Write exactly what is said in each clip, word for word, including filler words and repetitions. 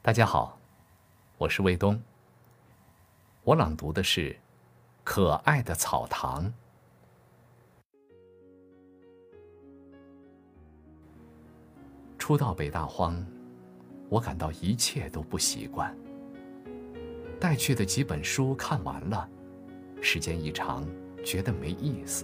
大家好，我是卫东。我朗读的是《可爱的草堂》。初到北大荒，我感到一切都不习惯。带去的几本书看完了，时间一长，觉得没意思。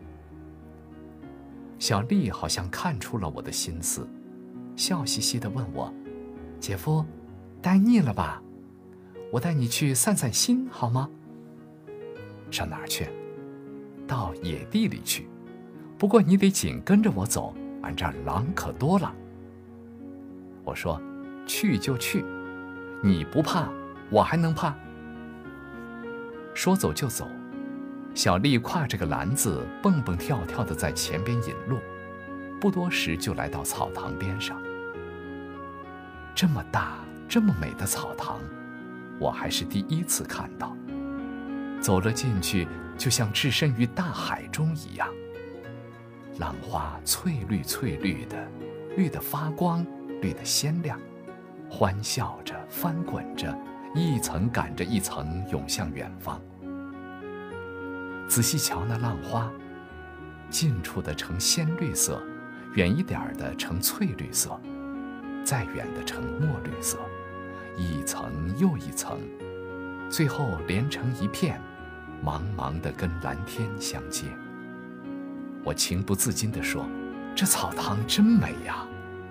小丽好像看出了我的心思，笑嘻嘻地问我：“姐夫，待腻了吧？我带你去散散心，好吗？”上哪儿去？到野地里去。不过你得紧跟着我走，俺这儿狼可多了。我说：“去就去，你不怕，我还能怕？”说走就走，小丽挎着个篮子，蹦蹦跳跳地在前边引路，不多时就来到草堂边上。这么大这么美的草堂，我还是第一次看到。走了进去，就像置身于大海中一样。浪花翠绿翠绿的，绿得发光，绿得鲜亮，欢笑着翻滚着，一层赶着一层涌向远方。仔细瞧那浪花，近处的呈鲜绿色，远一点的呈翠绿色，再远的呈墨绿色，一层又一层，最后连成一片，茫茫的跟蓝天相接。我情不自禁地说：“这草堂真美呀！”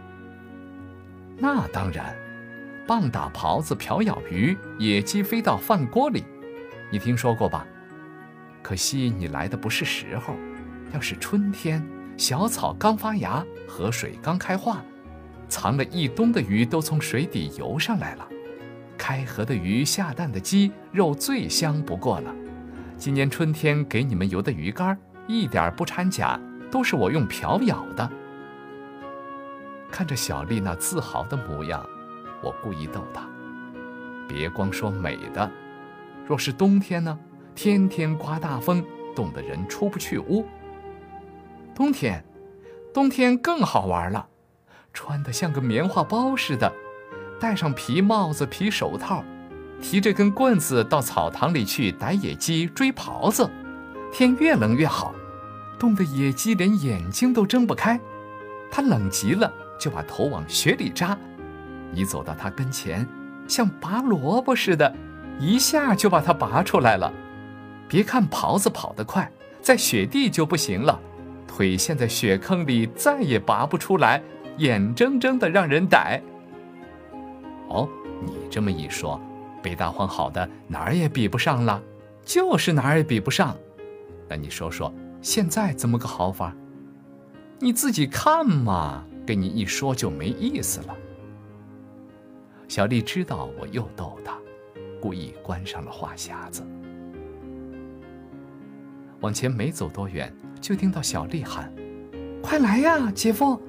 那当然，棒打狍子，瓢舀鱼，野鸡飞到饭锅里，你听说过吧？可惜你来的不是时候，要是春天，小草刚发芽，河水刚开化，藏了一冬的鱼都从水底游上来了。开河的鱼，下蛋的鸡，肉最香不过了。今年春天给你们游的鱼竿，一点不掺假，都是我用瓢舀的。看着小丽那自豪的模样，我故意逗她：“别光说美的，若是冬天呢？天天刮大风，冻得人出不去屋。冬天，冬天更好玩了，穿得像个棉花包似的，戴上皮帽子、皮手套，提着根棍子到草堂里去逮野鸡、追狍子。天越冷越好，冻得野鸡连眼睛都睁不开，它冷极了，就把头往雪里扎。你走到它跟前，像拔萝卜似的，一下就把它拔出来了。别看狍子跑得快，在雪地就不行了，腿陷在雪坑里，再也拔不出来，眼睁睁的让人逮。”哦，你这么一说，北大荒好的哪儿也比不上了，就是哪儿也比不上。那你说说，现在怎么个好法？你自己看嘛，跟你一说就没意思了。小丽知道我又逗她，故意关上了话匣子。往前没走多远，就听到小丽喊：“快来呀，姐夫！”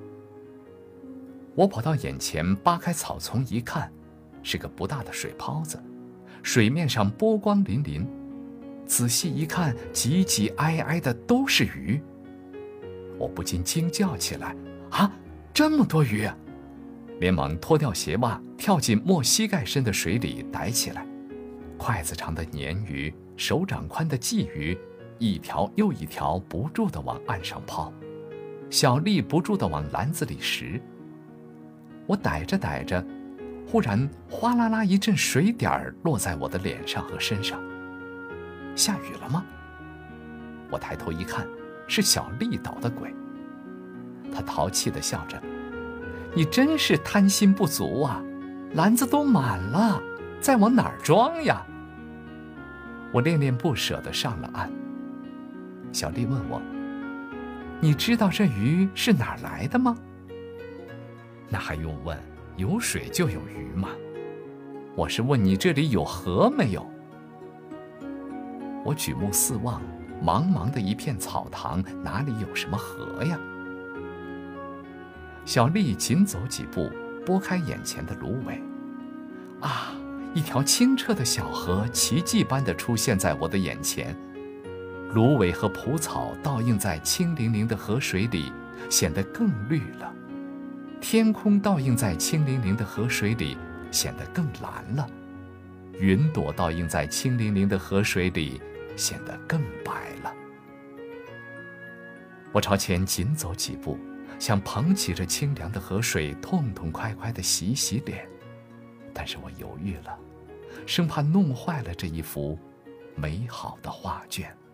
我跑到眼前，扒开草丛一看，是个不大的水泡子，水面上波光粼粼。仔细一看，挤挤挨挨的都是鱼。我不禁惊叫起来：“啊，这么多鱼！”连忙脱掉鞋袜，跳进没膝盖深的水里逮起来。筷子长的鲶鱼，手掌宽的鲫鱼，一条又一条不住地往岸上抛。小丽不住地往篮子里拾。我逮着逮着，忽然哗啦啦一阵水点儿落在我的脸上和身上。下雨了吗？我抬头一看，是小丽捣的鬼。她淘气地笑着：“你真是贪心不足啊，篮子都满了，再往哪儿装呀？”我恋恋不舍地上了岸。小丽问我：“你知道这鱼是哪儿来的吗？”那还用问，有水就有鱼嘛。我是问你这里有河没有。我举目四望，茫茫的一片草堂，哪里有什么河呀？小丽紧走几步，拨开眼前的芦苇。啊，一条清澈的小河奇迹般地出现在我的眼前，芦苇和蒲草倒映在清凌凌的河水里，显得更绿了。天空倒映在清凌凌的河水里， 显得更蓝了，云朵倒映在清凌凌的河水里，显得更白了。我朝前紧走几步，想捧起这清凉的河水，痛痛快快地洗洗脸，但是我犹豫了，生怕弄坏了这一幅美好的画卷。